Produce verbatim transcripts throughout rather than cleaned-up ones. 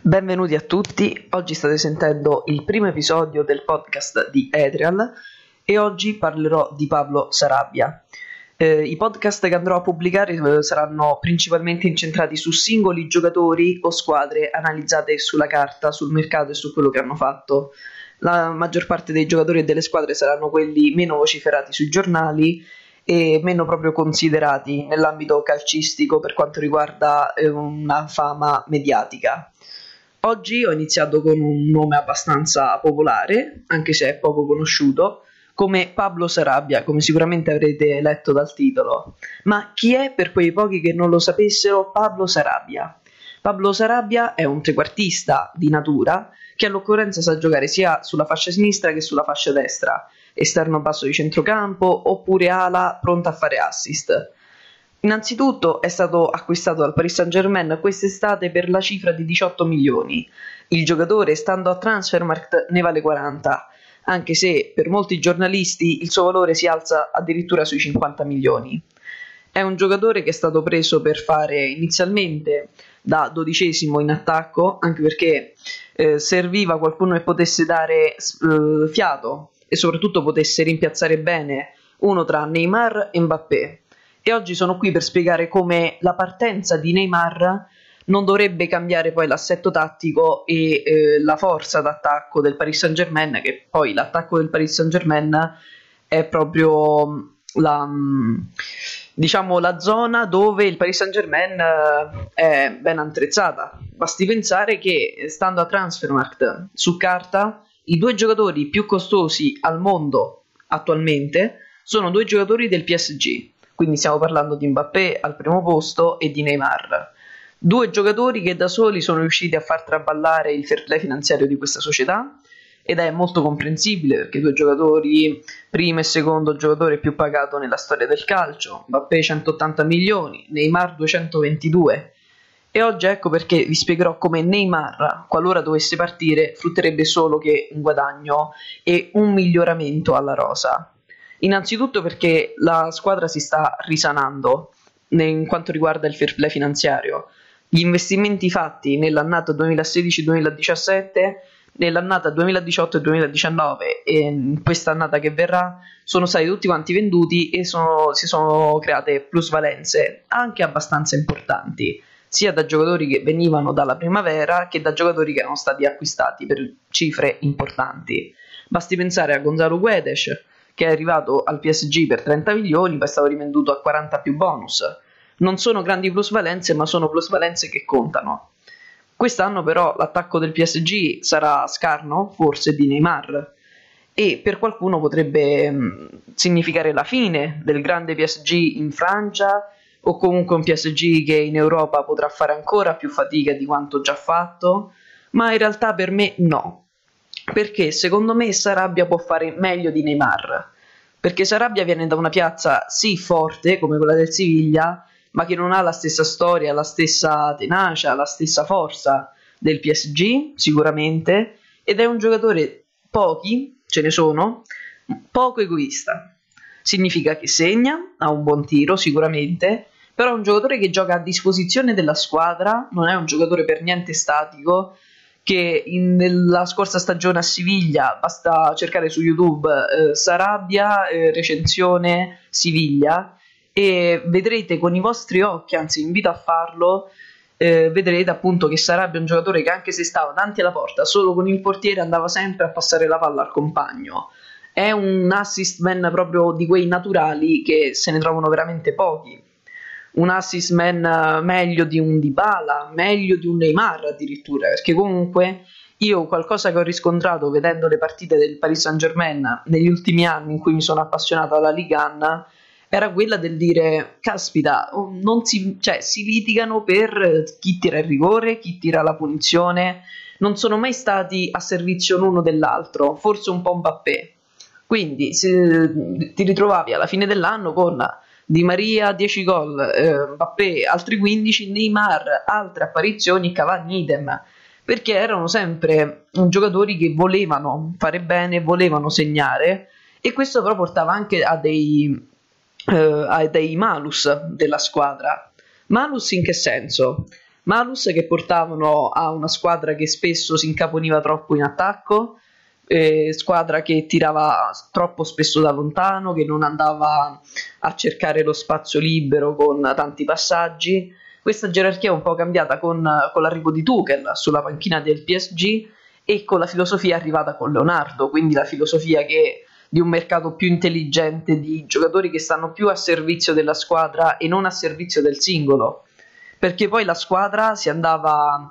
Benvenuti a tutti, oggi state sentendo il primo episodio del podcast di Adrial e oggi parlerò di Pablo Sarabia. Eh, I podcast che andrò a pubblicare eh, saranno principalmente incentrati su singoli giocatori o squadre analizzate sulla carta, sul mercato e su quello che hanno fatto. La maggior parte dei giocatori e delle squadre saranno quelli meno vociferati sui giornali e meno proprio considerati nell'ambito calcistico per quanto riguarda eh, una fama mediatica. Oggi ho iniziato con un nome abbastanza popolare, anche se è poco conosciuto, come Pablo Sarabia, come sicuramente avrete letto dal titolo. Ma chi è, per quei pochi che non lo sapessero, Pablo Sarabia? Pablo Sarabia è un trequartista di natura che all'occorrenza sa giocare sia sulla fascia sinistra che sulla fascia destra, esterno basso di centrocampo oppure ala pronta a fare assist. Innanzitutto è stato acquistato dal Paris Saint-Germain quest'estate per la cifra di diciotto milioni. Il giocatore, stando a Transfermarkt, ne vale quaranta, anche se per molti giornalisti il suo valore si alza addirittura sui cinquanta milioni. È un giocatore che è stato preso per fare inizialmente da dodicesimo in attacco, anche perché eh, serviva qualcuno che potesse dare eh, fiato e soprattutto potesse rimpiazzare bene uno tra Neymar e Mbappé. E oggi sono qui per spiegare come la partenza di Neymar non dovrebbe cambiare poi l'assetto tattico e eh, la forza d'attacco del Paris Saint-Germain, che poi l'attacco del Paris Saint-Germain è proprio la, diciamo, la zona dove il Paris Saint-Germain è ben attrezzata. Basti pensare che, stando a Transfermarkt, su carta i due giocatori più costosi al mondo attualmente sono due giocatori del P S G. Quindi stiamo parlando di Mbappé al primo posto e di Neymar. Due giocatori che da soli sono riusciti a far traballare il fair play finanziario di questa società, ed è molto comprensibile perché due giocatori, primo e secondo giocatore più pagato nella storia del calcio, Mbappé centottanta milioni, Neymar duecentoventidue. E oggi ecco perché vi spiegherò come Neymar, qualora dovesse partire, frutterebbe solo che un guadagno e un miglioramento alla rosa. Innanzitutto perché la squadra si sta risanando in quanto riguarda il fair play finanziario. Gli investimenti fatti nell'annata duemilasedici duemiladiciassette, nell'annata duemiladiciotto e duemiladiciannove e in questa annata che verrà sono stati tutti quanti venduti e sono, si sono create plusvalenze anche abbastanza importanti, sia da giocatori che venivano dalla primavera che da giocatori che erano stati acquistati per cifre importanti. Basti pensare a Gonzalo Guedes, che è arrivato al P S G per trenta milioni, poi è stato rivenduto a quaranta più bonus. Non sono grandi plusvalenze, ma sono plusvalenze che contano. Quest'anno però l'attacco del P S G sarà scarno, forse, di Neymar, e per qualcuno potrebbe mh, significare la fine del grande P S G in Francia, o comunque un P S G che in Europa potrà fare ancora più fatica di quanto già fatto, ma in realtà per me no. Perché secondo me Sarabia può fare meglio di Neymar, perché Sarabia viene da una piazza sì forte come quella del Siviglia, ma che non ha la stessa storia, la stessa tenacia, la stessa forza del P S G sicuramente, ed è un giocatore, pochi ce ne sono, poco egoista. Significa che segna, ha un buon tiro sicuramente, però è un giocatore che gioca a disposizione della squadra, non è un giocatore per niente statico, che in, nella scorsa stagione a Siviglia, basta cercare su YouTube eh, Sarabia, eh, recensione Siviglia, e vedrete con i vostri occhi, anzi invito a farlo, eh, vedrete appunto che Sarabia è un giocatore che anche se stava davanti alla porta, solo con il portiere andava sempre a passare la palla al compagno. È un assist man proprio di quei naturali che se ne trovano veramente pochi. Un assist man meglio di un Dybala, meglio di un Neymar addirittura, perché comunque io qualcosa che ho riscontrato vedendo le partite del Paris Saint-Germain negli ultimi anni in cui mi sono appassionato alla Ligue uno era quella del dire caspita, non si, cioè, si litigano per chi tira il rigore, chi tira la punizione, non sono mai stati a servizio l'uno dell'altro, forse un po' Mbappé. Quindi se ti ritrovavi alla fine dell'anno con Di Maria dieci gol, eh, Mbappé altri quindici, Neymar altre apparizioni, Cavani idem, perché erano sempre giocatori che volevano fare bene, volevano segnare, e questo però portava anche a dei, eh, a dei malus della squadra. Malus in che senso? malus che portavano a una squadra che spesso si incaponiva troppo in attacco, eh, squadra che tirava troppo spesso da lontano, che non andava a cercare lo spazio libero con tanti passaggi. Questa gerarchia è un po' cambiata con, con l'arrivo di Tuchel sulla panchina del P S G e con la filosofia arrivata con Leonardo, quindi la filosofia che di un mercato più intelligente, di giocatori che stanno più a servizio della squadra e non a servizio del singolo, perché poi la squadra si andava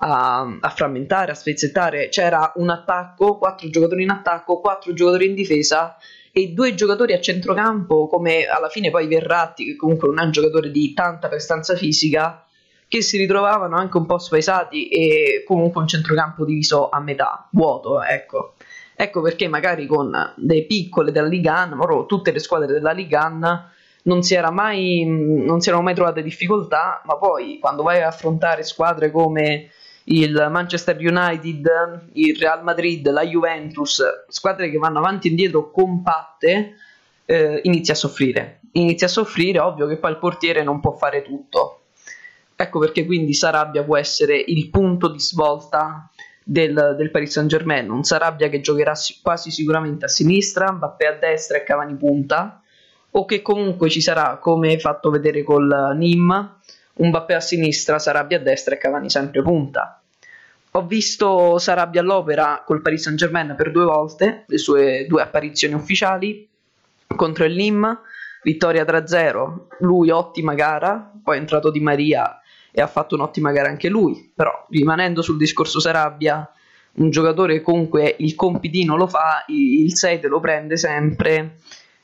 a, a frammentare, a spezzettare. C'era un attacco, quattro giocatori in attacco, quattro giocatori in difesa e due giocatori a centrocampo, come alla fine poi Verratti, che comunque non è un giocatore di tanta prestanza fisica, che si ritrovavano anche un po' spaesati e comunque un centrocampo diviso a metà, vuoto, ecco. Ecco perché magari con dei piccole della Liga uno, tutte le squadre della Liga uno non si era mai non si erano mai trovate difficoltà, ma poi quando vai a affrontare squadre come il Manchester United, il Real Madrid, la Juventus, squadre che vanno avanti e indietro compatte, eh, inizia a soffrire. Inizia a soffrire, ovvio che poi il portiere non può fare tutto. Ecco perché quindi Sarabia può essere il punto di svolta del, del Paris Saint-Germain. Un Sarabia che giocherà quasi sicuramente a sinistra, Mbappé a destra e Cavani punta, o che comunque ci sarà, come fatto vedere col Nîmes, un Mbappé a sinistra, Sarabia a destra e Cavani sempre punta. Ho visto Sarabia all'opera col Paris Saint-Germain per due volte, le sue due apparizioni ufficiali, contro il Nîmes, vittoria tre a zero, lui ottima gara, poi è entrato Di Maria e ha fatto un'ottima gara anche lui, però rimanendo sul discorso Sarabia, un giocatore comunque il compitino lo fa, il sei te lo prende sempre,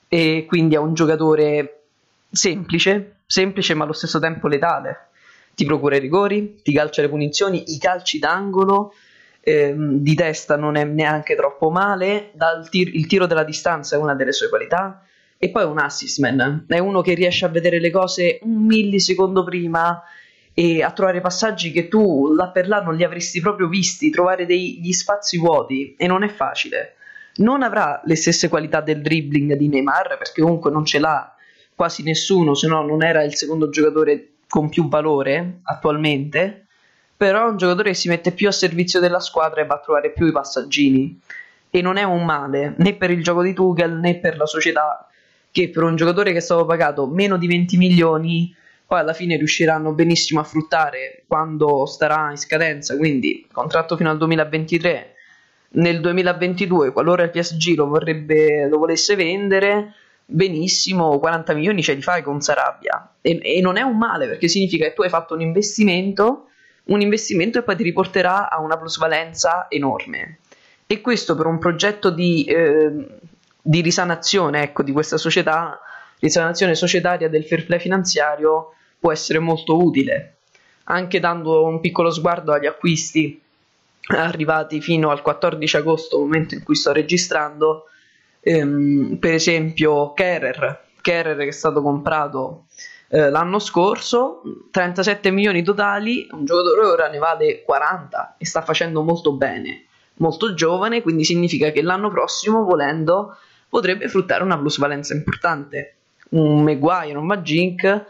e quindi è un giocatore semplice, semplice ma allo stesso tempo letale. Ti procura i rigori, ti calcia le punizioni, i calci d'angolo, ehm, di testa non è neanche troppo male, dal tir- il tiro della distanza è una delle sue qualità, e poi è un assist man, è uno che riesce a vedere le cose un millisecondo prima e a trovare passaggi che tu là per là non li avresti proprio visti, trovare degli spazi vuoti, e non è facile. Non avrà le stesse qualità del dribbling di Neymar, perché comunque non ce l'ha quasi nessuno, se no non era il secondo giocatore con più valore attualmente, però è un giocatore che si mette più a servizio della squadra e va a trovare più i passaggini, e non è un male né per il gioco di Tuchel né per la società, che per un giocatore che è stato pagato meno di venti milioni poi alla fine riusciranno benissimo a fruttare quando starà in scadenza, quindi contratto fino al duemilaventitré. Nel duemilaventidue, qualora il P S G lo vorrebbe, lo volesse vendere, benissimo, quaranta milioni ce li fai con Sarabia, e, e non è un male, perché significa che tu hai fatto un investimento un investimento e poi ti riporterà a una plusvalenza enorme, e questo per un progetto di, eh, di risanazione, ecco, di questa società, risanazione societaria del fair play finanziario, può essere molto utile, anche dando un piccolo sguardo agli acquisti arrivati fino al quattordici agosto, momento in cui sto registrando. Ehm, per esempio Kehrer, Kehrer che è stato comprato eh, l'anno scorso, trentasette milioni totali, un giocatore ora ne vale quaranta e sta facendo molto bene, molto giovane, quindi significa che l'anno prossimo, volendo, potrebbe fruttare una plusvalenza importante. Un Maguire, un Magink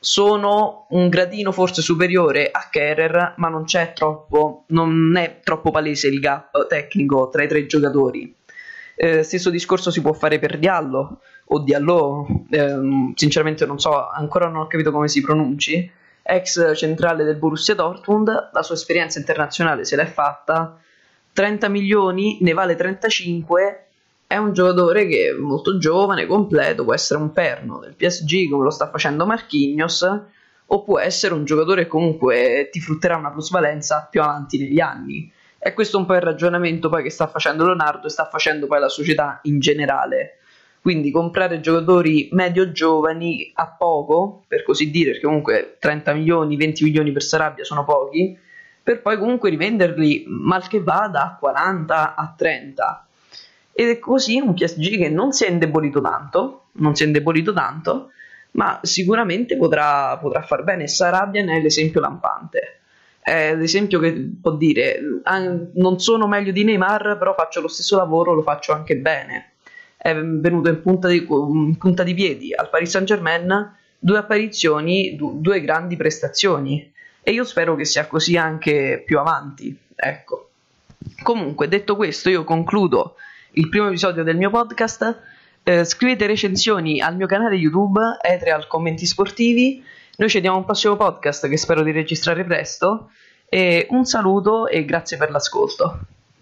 sono un gradino forse superiore a Kehrer, ma non c'è troppo, non è troppo palese il gap tecnico tra i tre giocatori. Eh, stesso discorso si può fare per Diallo o Diallo, ehm, sinceramente non so, ancora non ho capito come si pronunci, ex centrale del Borussia Dortmund, la sua esperienza internazionale se l'è fatta, trenta milioni, ne vale trentacinque. È un giocatore che è molto giovane, completo, può essere un perno del P S G come lo sta facendo Marquinhos, o può essere un giocatore che comunque ti frutterà una plusvalenza più avanti negli anni. E questo è un po' il ragionamento poi che sta facendo Leonardo e sta facendo poi la società in generale. Quindi comprare giocatori medio giovani a poco, per così dire, perché comunque trenta milioni, venti milioni per Sarabia sono pochi, per poi comunque rivenderli mal che vada a quaranta, a trenta. Ed è così un P S G che non si è indebolito tanto, non si è indebolito tanto, ma sicuramente potrà, potrà far bene. Sarabia ne è l'esempio lampante. È l'esempio che può dire, non sono meglio di Neymar, però faccio lo stesso lavoro, lo faccio anche bene. È venuto in punta di, in punta di piedi al Paris Saint-Germain, due apparizioni, due grandi prestazioni, e io spero che sia così anche più avanti, ecco. Comunque, detto questo, io concludo il primo episodio del mio podcast. Eh, scrivete recensioni al mio canale YouTube, Etreal Commenti Sportivi. Noi ci vediamo a un prossimo podcast che spero di registrare presto. E un saluto e grazie per l'ascolto.